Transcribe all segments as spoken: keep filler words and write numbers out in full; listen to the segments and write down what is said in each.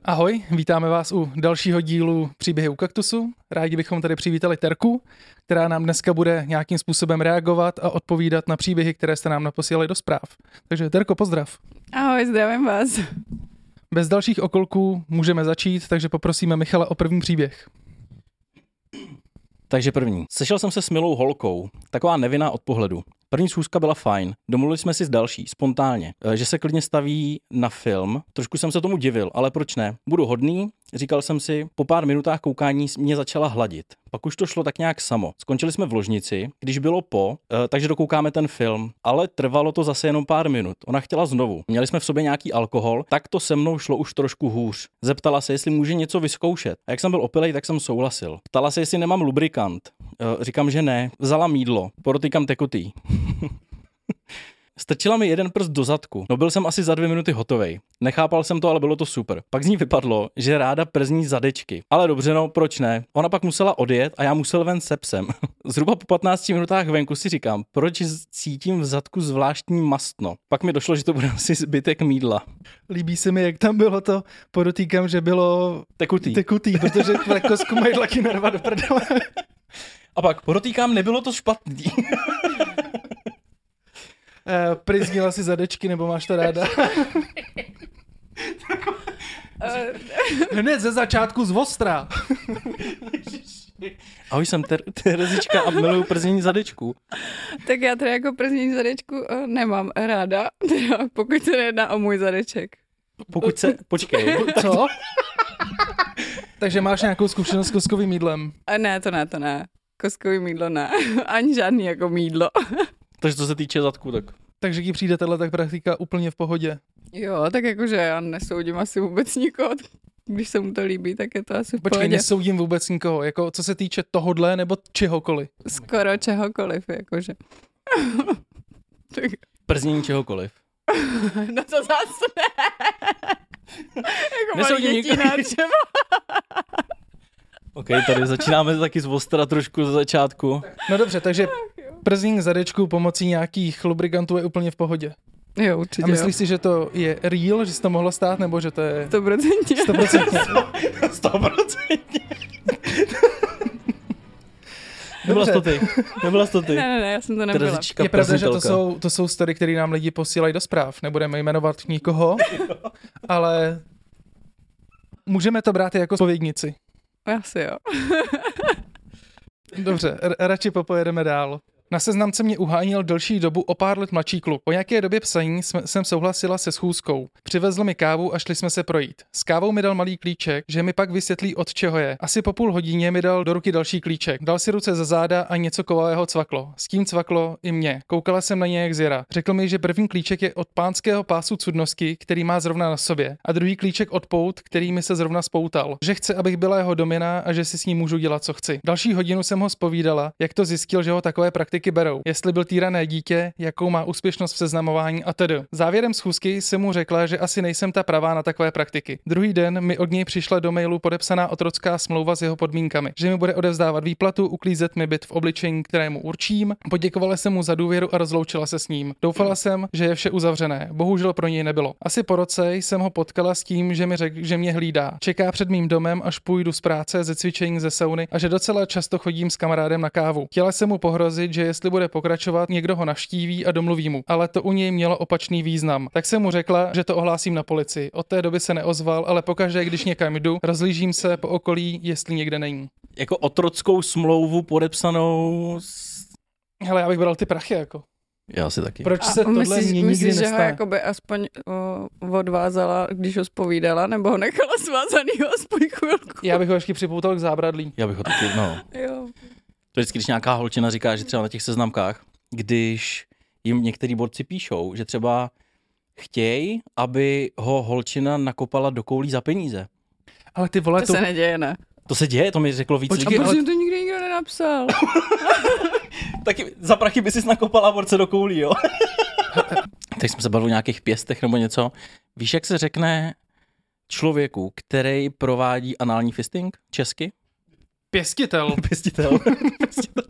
Ahoj, vítáme vás u dalšího dílu Příběhy u kaktusu. Rádi bychom tady přivítali Terku, která nám dneska bude nějakým způsobem reagovat a odpovídat na příběhy, které jste nám naposílali do zpráv. Takže Terko, pozdrav. Ahoj, zdravím vás. Bez dalších okolků můžeme začít, takže poprosíme Michala o první příběh. Takže první. Sešel jsem se s milou holkou, taková nevinná od pohledu. První schůzka byla fajn, domluvili jsme si s další, spontánně, že se klidně staví na film. Trošku jsem se tomu divil, ale proč ne? Budu hodný, říkal jsem si, po pár minutách koukání mě začala hladit. Pak už to šlo tak nějak samo. Skončili jsme v ložnici, když bylo po, takže dokoukáme ten film, ale trvalo to zase jenom pár minut. Ona chtěla znovu. Měli jsme v sobě nějaký alkohol, tak to se mnou šlo už trošku hůř. Zeptala se, jestli může něco vyzkoušet. A jak jsem byl opilej, tak jsem souhlasil. Ptala se, jestli nemám lubrikant. Říkám, že ne. Vzala mýdlo, podotýkám tekutý. Strčila mi jeden prst do zadku. No byl jsem asi za dvě minuty hotovej. Nechápal jsem to, ale bylo to super. Pak z ní vypadlo, že ráda przní zadečky. Ale dobře, no, proč ne? Ona pak musela odjet a já musel ven se psem. Zhruba po patnácti minutách venku si říkám, proč cítím v zadku zvláštní mastno. Pak mi došlo, že to bude asi zbytek mýdla. Líbí se mi, jak tam bylo to, podotýkám, že bylo tekutý, tekutý protože v kosku mají tlaky narvat do prdele. A pak podotýkám, nebylo to špatný. Uh, Priznila si zadečky, nebo máš to ráda? Hned ze začátku z ostra. Ahoj, jsem ter- Terezička a miluju przení zadečku. Tak já teda jako przení zadečku uh, nemám ráda, teda pokud se nejedná o můj zadeček. Pokud se... Počkej. Co? Takže máš nějakou zkušenost s koskovým mýdlem? A ne, to ne, to ne. Koskový mýdlo ne. Ani žádný jako mýdlo. Takže co se týče zadku, tak... Takže ti přijde tato tak praktika úplně v pohodě. Jo, tak jakože já nesoudím asi vůbec nikoho. Když se mu to líbí, tak je to asi v Počkej, pohodě. nesoudím vůbec nikoho. Jako co se týče tohodle nebo čehokoliv? Skoro čehokoliv, jakože. tak... Prznění čehokoliv. No to zase ne. Jako nesoudím dětí na čeho. OK, tady začínáme taky z ostra trošku ze začátku. No dobře, takže przení zadečku pomocí nějakých lubrikantů je úplně v pohodě. Jo, určitě. A myslíš si, že to je real, že se to mohlo stát, nebo že to je... sto procent. sto procent. sto procent. Nebyla to ty. Nebyla to ty. Ne, ne, ne, já jsem to nebyla. Je pravda, že to jsou, to jsou story, které nám lidi posílají do zpráv. Nebudeme jmenovat nikoho, ale můžeme to brát jako zpovědnici. Asi jo. Dobře, r- radši popojedeme dál. Na seznamce mě uhánil delší dobu o pár let mladší kluk. Po nějaké době psaní jsme, jsem souhlasila se schůzkou. Přivezl mi kávu a šli jsme se projít. S kávou mi dal malý klíček, že mi pak vysvětlí, od čeho je. Asi po půl hodině mi dal do ruky další klíček. Dal si ruce za záda a něco kovavého cvaklo. S tím cvaklo i mě. Koukala jsem na něj jak zvěra. Řekl mi, že první klíček je od pánského pásu cudnosti, který má zrovna na sobě, a druhý klíček od pout, který mi se zrovna spoutal. Že chce, abych byla jeho domina a že si s ním můžu dělat, co chci. Další hodinu jsem ho zpovídala, jak to zjistil, že ho takové praktiky berou. Jestli byl týrané dítě, jakou má úspěšnost v seznamování a tedy. Závěrem schůzky jsem mu řekla, že asi nejsem ta pravá na takové praktiky. Druhý den mi od něj přišla do mailu podepsaná otrocká smlouva s jeho podmínkami, že mi bude odevzdávat výplatu, uklízet mi byt v obličení, kterému určím. Poděkovala jsem mu za důvěru a rozloučila se s ním. Doufala jsem, že je vše uzavřené. Bohužel pro něj nebylo. Asi po roce jsem ho potkala s tím, že mi řekl, že mě hlídá. Čeká před mým domem, až půjdu z práce, ze cvičení, ze sauny a že docela často chodím s kamarádem na kávu. Chtěla jsem mu pohrozit, že jestli bude pokračovat, někdo ho navštíví a domluví mu, ale to u něj mělo opačný význam. Tak jsem mu řekla, že to ohlásím na policii. Od té doby se neozval, ale pokaždé, když někam jdu, rozlížím se po okolí, jestli někde není. Jako otrockou smlouvu podepsanou s... Hele, já bych bral ty prachy jako. Já si taky. Proč se a tohle myslíš, nikdy myslíš, nestane? že ho jakoby aspoň o, odvázala, když ho zpovídala, nebo ho nechala svázanýho aspoň chvilku? Já bych ho ještě připoutal k zábradlí. Já bych ho taky, no. Jo. To vždycky, když nějaká holčina říká, že třeba na těch seznamkách, když jim některý borci píšou, že třeba chtějí, aby ho holčina nakopala do koulí za peníze. Ale ty vole, to, to se neděje, ne? To se děje, to mi řeklo víc Počkej, lidí. A proč Ale... to nikdy nikdo nenapsal? Taky za prachy by si nakopala borce do koulí, jo? Teď jsme se bavili o nějakých pěstech nebo něco. Víš, jak se řekne člověku, který provádí anální fisting česky? Pěstitel. Pěstitel. Pěstitel.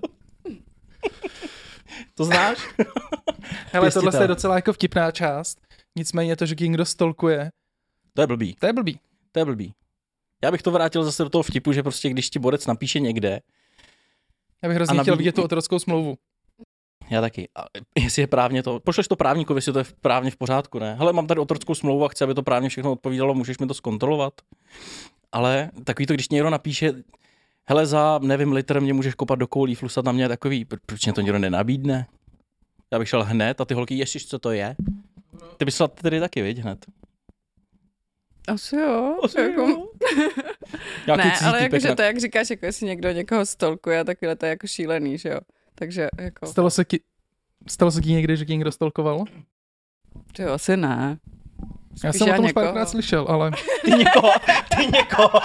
To znáš? Hele, tohle je docela jako vtipná část. Nicméně to, že někdo stalkuje. To je blbý. To je blbý. To je blbý. Já bych to vrátil zase do toho vtipu, že prostě když ti borec napíše někde. Já bych hrozně nabídí... chtěl vidět tu otrockou smlouvu. Já taky. A jestli je právně to, pošleš to právníkovi, jestli to je právně v pořádku, ne? Hele, mám tady otrockou smlouvu a chci, aby to právně všechno odpovídalo, můžeš mi to zkontrolovat. Ale takový to, když někdo napíše, hele, za, nevím, litr mě můžeš kopat do koulí, flusat na mě takový, proč mě to někdo nenabídne? Já bych šel hned a ty holky, ježiš, co to je? Ty bys šla tedy taky, viď, hned. Asi jo. Asi jako... jo. Ne, ale jakože to, jak říkáš, jako jestli někdo někoho stolkuje, takhle to je jako šílený, že jo? Takže jako... Stalo se ti, stalo se ti někdy, že ti někdo stolkoval? To jo, asi ne. Spíš já jsem já o tom už někoho. párkrát slyšel, ale... Ty někoho, ty někoho.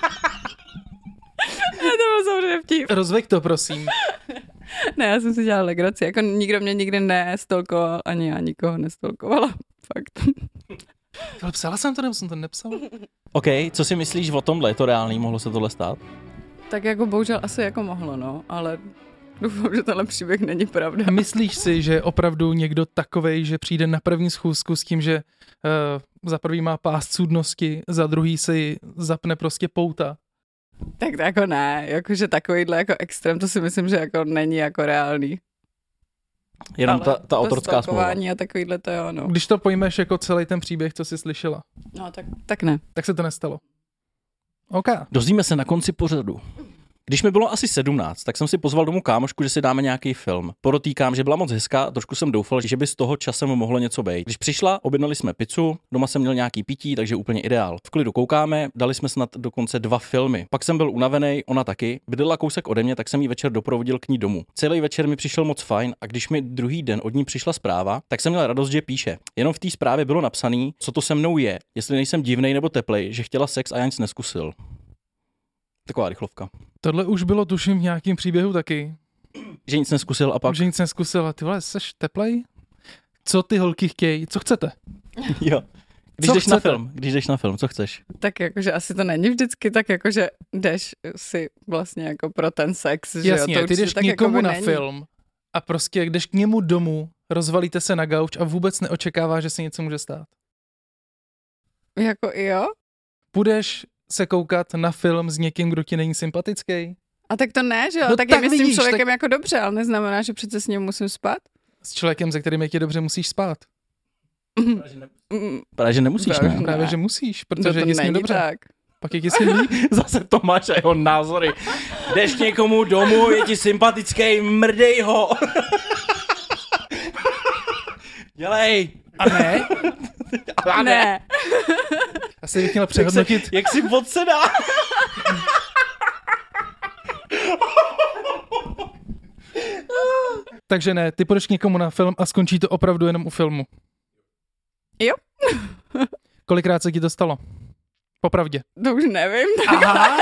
Ne, to bylo samozřejmě vtip. Rozveď to, prosím. Ne, já jsem si dělala legraci. Jako nikdo mě nikdy nestolkoval, ani já nikoho nestolkovala. Fakt. Ale psala jsem to, nebo jsem to nepsala? OK, co si myslíš o tomhle? Je to reálný? Mohlo se tohle stát? Tak jako bohužel asi jako mohlo, no, ale doufám, že tenhle příběh není pravda. Myslíš si, že je opravdu někdo takovej, že přijde na první schůzku s tím, že uh, za prvý má pás cudnosti, za druhý si zapne prostě pouta? Tak to jako ne, jakože takovýhle jako extrém, to si myslím, že jako není jako reálný. Jenom ta, ta otrocká smlouva. A takovýhle to jo, no. Když to pojmeš jako celý ten příběh, co jsi slyšela. No tak, tak ne. Tak se to nestalo. OK. Dozvíme se na konci pořadu. Když mi bylo asi sedmnáct, tak jsem si pozval domů kámošku, že si dáme nějaký film. Podotýkám, že byla moc hezká a trošku jsem doufal, že by z toho časem mohlo něco být. Když přišla, objednali jsme pizzu, doma jsem měl nějaký pití, takže úplně ideál. V klidu koukáme, dali jsme snad dokonce dva filmy. Pak jsem byl unavený, ona taky. Bydlela kousek ode mě, tak jsem jí večer doprovodil k ní domů. Celý večer mi přišel moc fajn a když mi druhý den od ní přišla zpráva, tak jsem měl radost, že píše. Jenom v té zprávě bylo napsané, co to se mnou je, jestli nejsem divnej nebo teplej, že chtěla sex a já nic neskusil. Taková rychlovka. Tohle už bylo tuším v nějakém příběhu taky. Že nic neskusil a pak... Že nic neskusil a ty vole, seš teplej? Co ty holky chtějí? Co chcete? Jo. Když co jdeš chcete? na film, když jdeš na film, co chceš? Tak jakože asi to není vždycky tak jakože jdeš si vlastně jako pro ten sex, že jasně, jo? To ty jdeš tak k někomu na není. film a prostě jdeš k němu domů, rozvalíte se na gauč a vůbec neočekává, že se něco může stát. Jako jo? Půjdeš se koukat na film s někým, kdo ti není sympatický? A tak to ne, že jo? No tak, tak je mi s tím vidíš, člověkem tak... jako dobře, ale neznamená, že přece s ním musím spát. S člověkem, se kterým je ti dobře, musíš spát. Právě, že nemusíš, ne? Právě, že musíš, protože no to je s ním dobře. Tak. Pak je ti s ním líp. Zase Tomáš a jeho názory. Jdeš k někomu domů, je ti sympatický, mrdej ho. Dělej. A ne? A ne. Asi bych měl přehodnotit. Jak, se, jak si odsedá. Takže ne, ty půjdeš k někomu na film a skončí to opravdu jenom u filmu. Jo. Kolikrát se ti to stalo? Popravdě. To už nevím. Aha.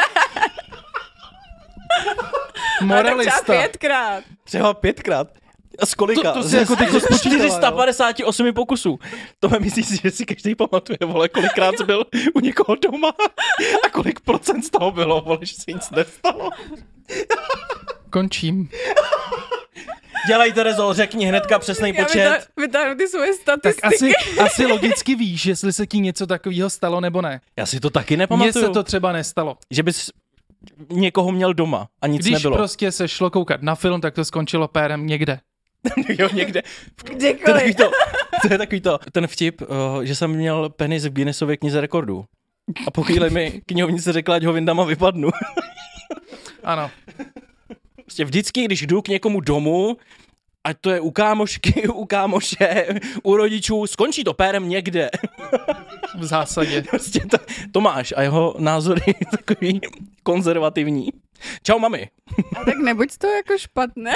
Moralista. Tak třeba pětkrát. Třeba pětkrát. A z kolika? To, to si jako tyko čtyři sta padesát osm pokusů. To myslíš si, že si každý pamatuje, vole, kolikrát jsi byl u někoho doma a kolik procent z toho bylo, vole, že se nic nestalo. Končím. Dělej, Terezo, řekni hnedka přesnej počet. Já vytáhnu ty svoje statistiky. Tak asi, asi logicky víš, jestli se ti něco takového stalo nebo ne. Já si to taky nepamatuju. Mně se to třeba nestalo. Že bys někoho měl doma a nic Když nebylo. Když prostě se šlo koukat na film, tak to skončilo pérem někde. Jo, někde. Kdykoliv. To je takový to, to je takový to, ten vtip, uh, že jsem měl penis v Guinnessově knize rekordů. A po chvíli mi knihovnice řekla, ať ho vyndám a vypadnu. Ano. Prostě vždycky, když jdu k někomu domů, ať to je u kámošky, u kámoše, u rodičů, skončí to pérem někde. V zásadě. Prostě to, Tomáš a jeho názory takový konzervativní. Čau, mami. A tak nebuď to jako špatné.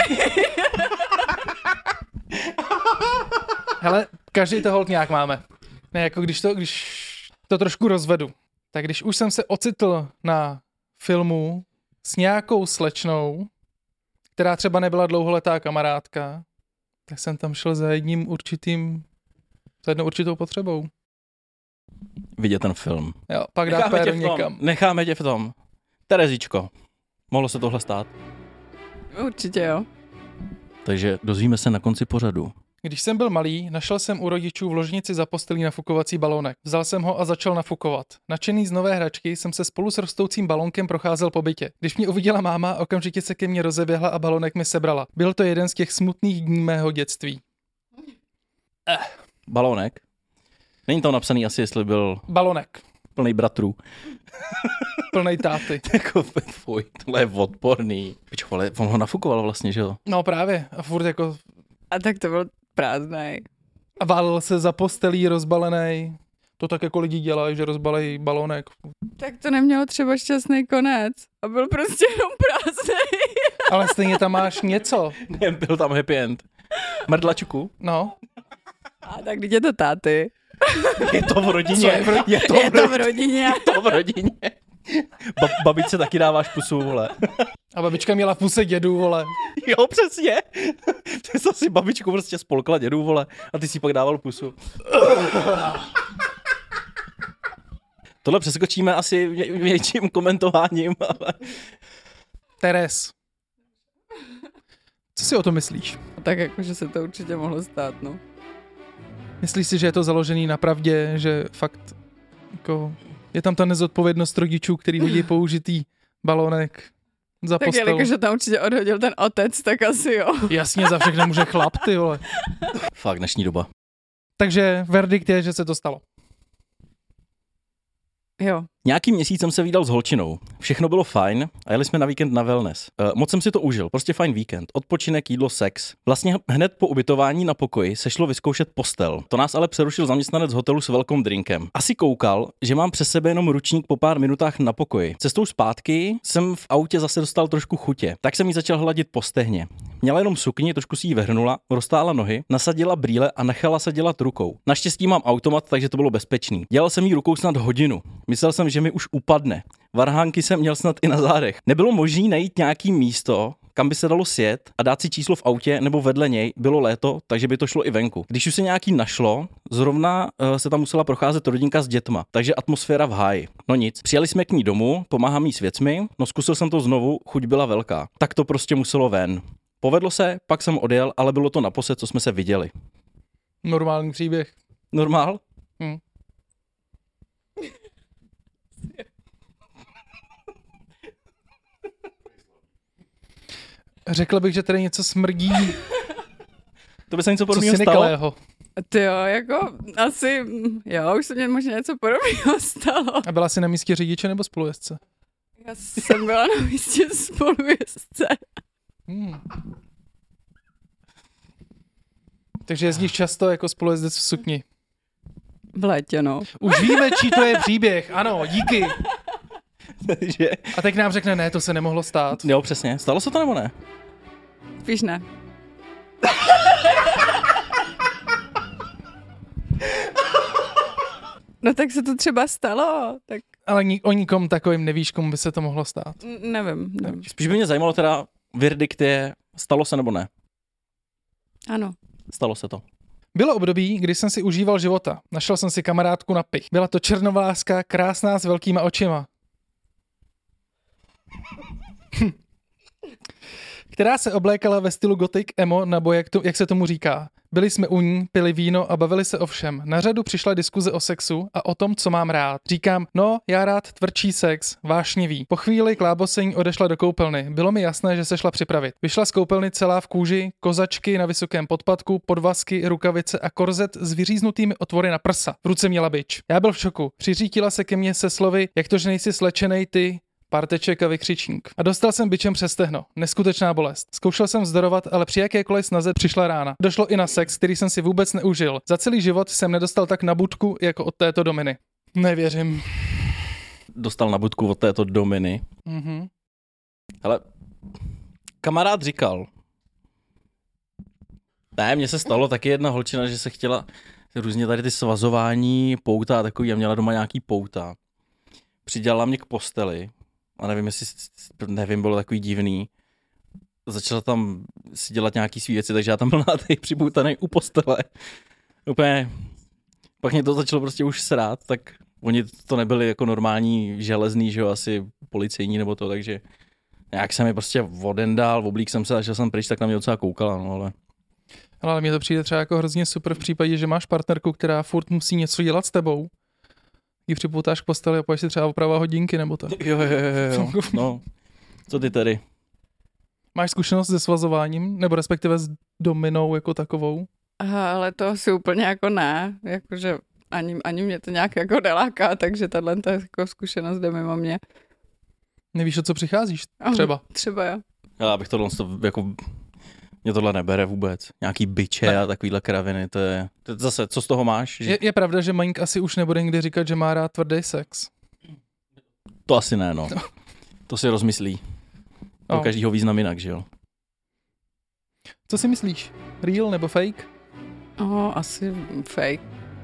Hele, každý to holt nějak máme. Ne, jako když to, když to trošku rozvedu, tak když už jsem se ocitl na filmu s nějakou slečnou, která třeba nebyla dlouholetá kamarádka, tak jsem tam šel za jedním určitým, za jednou určitou potřebou. Vidět ten film. Jo, pak dá pér někam. Necháme tě v tom. Terezičko, mohlo se tohle stát? Určitě jo. Takže dozvíme se na konci pořadu. Když jsem byl malý, našel jsem u rodičů v ložnici za postelí nafukovací balónek. Vzal jsem ho a začal nafukovat. Nadšený z nové hračky jsem se spolu s rostoucím balónkem procházel po bytě. Když mě uviděla máma, okamžitě se ke mně rozeběhla a balónek mi sebrala. Byl to jeden z těch smutných dní mého dětství. Eh. Balónek? Není tam napsaný asi, jestli byl... Balónek. Plnej bratrů. Plnej táty. Jako, fuj, tohle je odporný. Pičo, ale on ho nafukoval vlastně, že jo? No právě. A furt jako... A tak to byl prázdnej. A válel se za postelí rozbalenej. To tak jako lidi dělají, že rozbalejí balónek. Tak to nemělo třeba šťastný konec. A byl prostě jenom prázdnej. Ale stejně tam máš něco. Ne, byl tam happy end. Mrdlačku. No. A tak když je to táty. Je to v rodině. Je, v ro- je, to, je v to v rodině. Je to v rodině. Ba- babičce taky dáváš pusu, vole. A babička měla v puse dědu, vole. Jo, přesně. Ty jsi si babičku prostě spolkla dědu, vole. A ty si pak dával pusu. Tohle přeskočíme asi vě- větším komentováním, ale... Teres. Co si o to myslíš? Tak jako, že se to určitě mohlo stát, no. Myslíš si, že je to založený na pravdě, že fakt jako je tam ta nezodpovědnost rodičů, který hodí použitý balónek za tak postel? Tak jelikož tam určitě odhodil ten otec, tak asi jo. Jasně, za všechno může chlap, ty vole. Fakt, dnešní doba. Takže verdikt je, že se to stalo. Jo. Nějaký měsíc jsem se vídal s holčinou. Všechno bylo fajn a jeli jsme na víkend na wellness. E, moc jsem si to užil, prostě fajn víkend. Odpočinek, jídlo, sex. Vlastně hned po ubytování na pokoji se šlo vyzkoušet postel. To nás ale přerušil zaměstnanec hotelu s velkým drinkem. Asi koukal, že mám přes sebe jenom ručník po pár minutách na pokoji. Cestou zpátky jsem v autě zase dostal trošku chutě. Tak jsem jí začal hladit po stehně. Měla jenom sukni, trošku si ji vehrnula, roztáhla nohy, nasadila brýle a nechala se dělat rukou. Naštěstí mám automat, takže to bylo bezpečný. Dělal jsem jí rukou snad hodinu. Myslel jsem, že mi už upadne. Varhánky jsem měl snad i na zádech. Nebylo možné najít nějaký místo, kam by se dalo sjet a dát si číslo v autě nebo vedle něj. Bylo léto, takže by to šlo i venku. Když už se nějaký našlo, zrovna uh, se tam musela procházet rodinka s dětma, takže atmosféra v háji. No nic, přijeli jsme k ní domů, pomáhám jí s věcmi, no zkusil jsem to znovu, chuť byla velká. Tak to prostě muselo ven. Povedlo se, pak jsem odjel, ale bylo to naposled, co jsme se viděli. Normální příběh. Normál? Hm. Řekl bych, že tady něco smrdí. To by se něco podobného stalo? Ty jo, jako asi, jo, už se mě možná něco podobného stalo. A byla jsi na místě řidiče nebo spolujezdce? Já jsem byla na místě spolujezdce. Hmm. Takže jezdíš často jako spolujezdec v sukni? V létě, no. Už víme, čí to je příběh, ano, díky. Takže... A teď nám řekne, ne, to se nemohlo stát. Jo, přesně. Stalo se to nebo ne? Spíš ne. No tak se to třeba stalo. Tak... Ale ni- o nikom takovým nevíš, komu by se to mohlo stát. N- nevím, nevím. Spíš by mě zajímalo teda, verdikt je, stalo se nebo ne? Ano. Stalo se to. Bylo období, kdy jsem si užíval života. Našel jsem si kamarádku na pich. Byla to černovláska, krásná s velkýma očima. Která se oblékala ve stylu gothic emo, nebo jak, to, jak se tomu říká. Byli jsme u ní, pili víno a bavili se o všem. Na řadu přišla diskuze o sexu a o tom, co mám rád. Říkám, no, já rád tvrdší sex, vášnivý. Po chvíli klábosení odešla do koupelny. Bylo mi jasné, že se šla připravit. Vyšla z koupelny celá v kůži, kozačky na vysokém podpatku, podvazky, rukavice a korzet s vyříznutými otvory na prsa. V ruce měla bič. Já byl v šoku. Přiřítila se ke mně se slovy, jak to, že nejsi slečenej ty, parteček a vykřičník. A dostal jsem bičem přes stehno. Neskutečná bolest. Zkoušel jsem vzdorovat, ale při jakékoliv snaze přišla rána. Došlo i na sex, který jsem si vůbec neužil. Za celý život jsem nedostal tak na budku jako od této dominy. Nevěřím. Dostal na budku od této dominy. Mhm. Ale kamarád říkal, ne, mně se stalo taky jedna holčina, že se chtěla různě tady ty svazování, pouta a takový, a měla doma nějaký pouta. Přidělala mě k posteli a nevím, jestli, nevím, bylo takový divný. Začala tam si dělat nějaký svý věci, takže já tam byl na tej připoutaný u postele. Úplně, pak mě to začalo prostě už srát, tak oni to nebyli jako normální železný, že jo, asi policejní nebo to, takže nějak jsem je prostě odendal, oblík jsem se a šel jsem pryč, tak na mě docela koukala, no ale... Ale mně to přijde třeba jako hrozně super v případě, že máš partnerku, která furt musí něco dělat s tebou. Ji připoutáš k posteli a pojď si třeba opravovat hodinky nebo tak. Jo, jo, jo, jo. No, co ty tady? Máš zkušenost se svazováním, nebo respektive s dominou jako takovou? Aha, ale to asi úplně jako ne, jakože ani, ani mě to nějak jako neláká, takže tahle jako zkušenost jde mimo mě. Nevíš, o co přicházíš? Třeba. Oh, třeba jo. Já bych tohle jako... Mě tohle nebere vůbec. Nějaký biče ne. A takovýhle kraviny, to je... To je zase, co z toho máš? Že... Je, je pravda, že Maňk asi už nebude nikdy říkat, že má rád tvrdý sex. To asi ne, no. To si rozmyslí. Pro no. Každýho význam jinak, že jo? Co si myslíš? Real nebo fake? Oh, asi fake.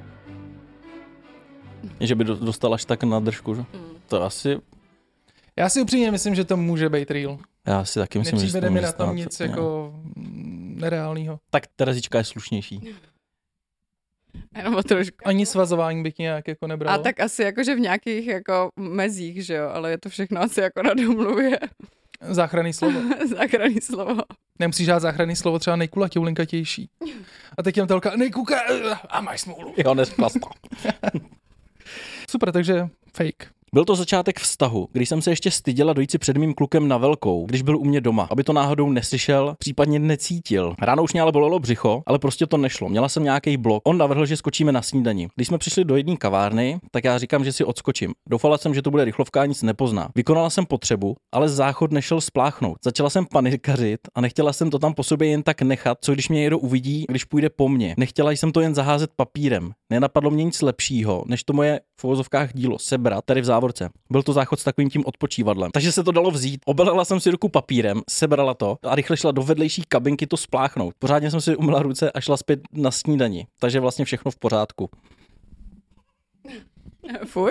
Že by dostala až tak na držku, že? Mm. To asi... Já si upřímně myslím, že to může být real. Já si taky myslím, Nepřijde že to mi může na tom stát, nic ne. jako nereálního. Tak Terezička je slušnější. Jenom trošku. Ani svazování bych nějak jako nebral. A tak asi jakože v nějakých jako mezích, že jo, ale je to všechno asi jako na domluvě. Záchranný slovo. Záchranný slovo. Nemusíš dát záchranný slovo, třeba nejkulatě, linkatější. A teď jen telka, nejkuka, a máš smůlu. Jo, nesplastá. Super, takže fake. Byl to začátek vztahu, když jsem se ještě styděla dojít si před mým klukem na velkou, když byl u mě doma, aby to náhodou neslyšel, případně necítil. Ráno už mě ale bolelo břicho, ale prostě to nešlo. Měla jsem nějaký blok. On navrhl, že skočíme na snídani. Když jsme přišli do jedné kavárny, tak já říkám, že si odskočím. Doufala jsem, že to bude rychlovka a nic nepozná. Vykonala jsem potřebu, ale záchod nešel spláchnout. Začala jsem panikařit a nechtěla jsem to tam po sobě jen tak nechat, co když mě někdo uvidí, když půjde po mně. Nechtěla jsem to jen zaházet papírem. Nenapadlo mě nic lepšího, než to moje v uvozovkách dílo sebrat tady v závorce. Byl to záchod s takovým tím odpočívadlem. Takže se to dalo vzít. Obelela jsem si ruku papírem, sebrala to a rychle šla do vedlejší kabinky to spláchnout. Pořádně jsem si umyla ruce a šla zpět na snídani. Takže vlastně všechno v pořádku. Fuj.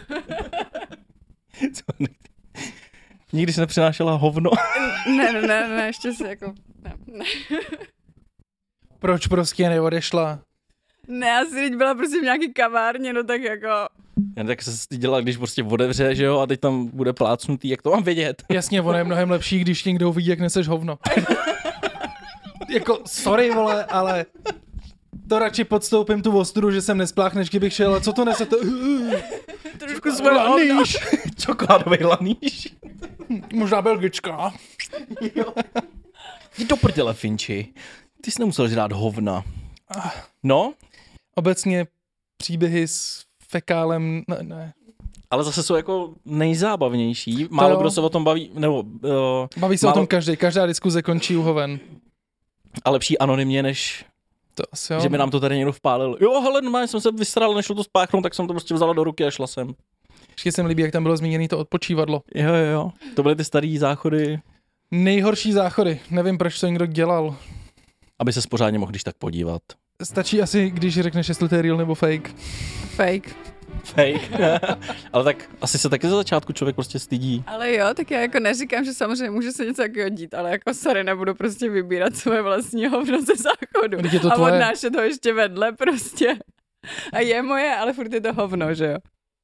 Co? Nikdy jsi nepřinášela hovno? ne, ne, ne, ne, ještě si jako... Ne, ne. Proč prostě neodešla? Ne, asi teď byla prostě v nějaký kavárně, no tak jako... Jen tak se styděla, když prostě otevře, že jo, a teď tam bude plácnutý, jak to mám vědět? Jasně, ono je mnohem lepší, když někdo uvidí, jak neseš hovno. Jako, sorry, vole, ale to radši podstoupím tu ostudu, že jsem nesplách, než kdybych šel, a co to nese? To... Trošku svoje laníš. Čokoládový laníš. Možná belgička. Jdi do prdele, Finči. Ty jsi nemusel žrát hovna. No? Obecně příběhy s fekálem, ne, ne. Ale zase jsou jako nejzábavnější. Málo kdo se o tom baví, nebo... Uh, baví se málo... o tom každý, každá diskuze končí u hoven. A lepší anonymně, než... To asi jo. Že by nám to tady někdo vpálil. Jo, hele, normálně jsem se vysral, nešlo to spáchnout, tak jsem to prostě vzala do ruky a šla jsem. Ještě se mi líbí, jak tam bylo zmíněné to odpočívadlo. Jo, jo, jo. To byly ty starý záchody. Nejhorší záchody. Nevím, proč to někdo dělal. Aby se pořádně mohl když tak podívat. Stačí asi, když řekneš, jestli to je real nebo fake. Fake. Fake. Ale tak asi se taky za začátku člověk prostě stydí. Ale jo, tak já jako neříkám, že samozřejmě může se něco takového dít, ale jako sorry, nebudu prostě vybírat svoje vlastní hovno ze záchodu. A odnášet ho ještě vedle prostě. A je moje, ale furt je to hovno, že jo?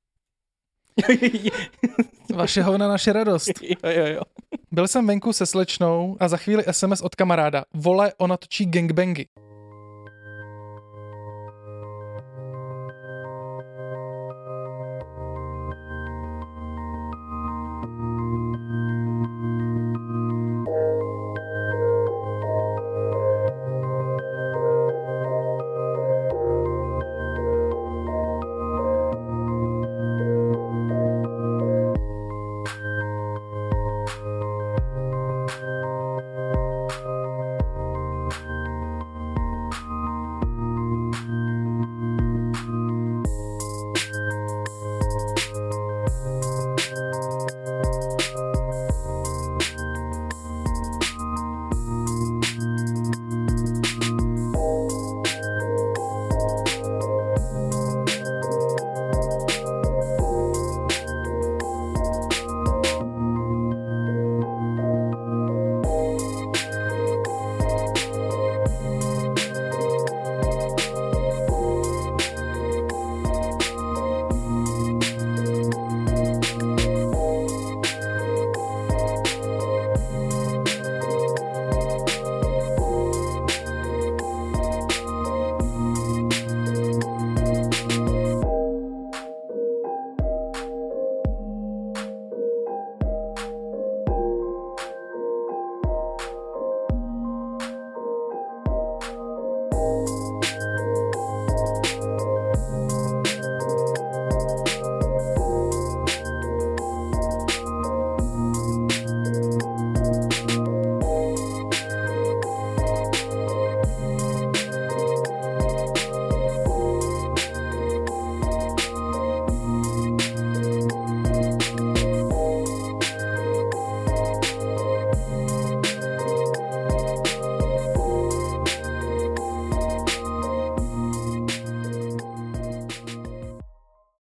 Vaše hovna, naše radost. Jo, jo, jo. Byl jsem venku se slečnou a za chvíli es em es od kamaráda. Vole, ona točí gangbangy.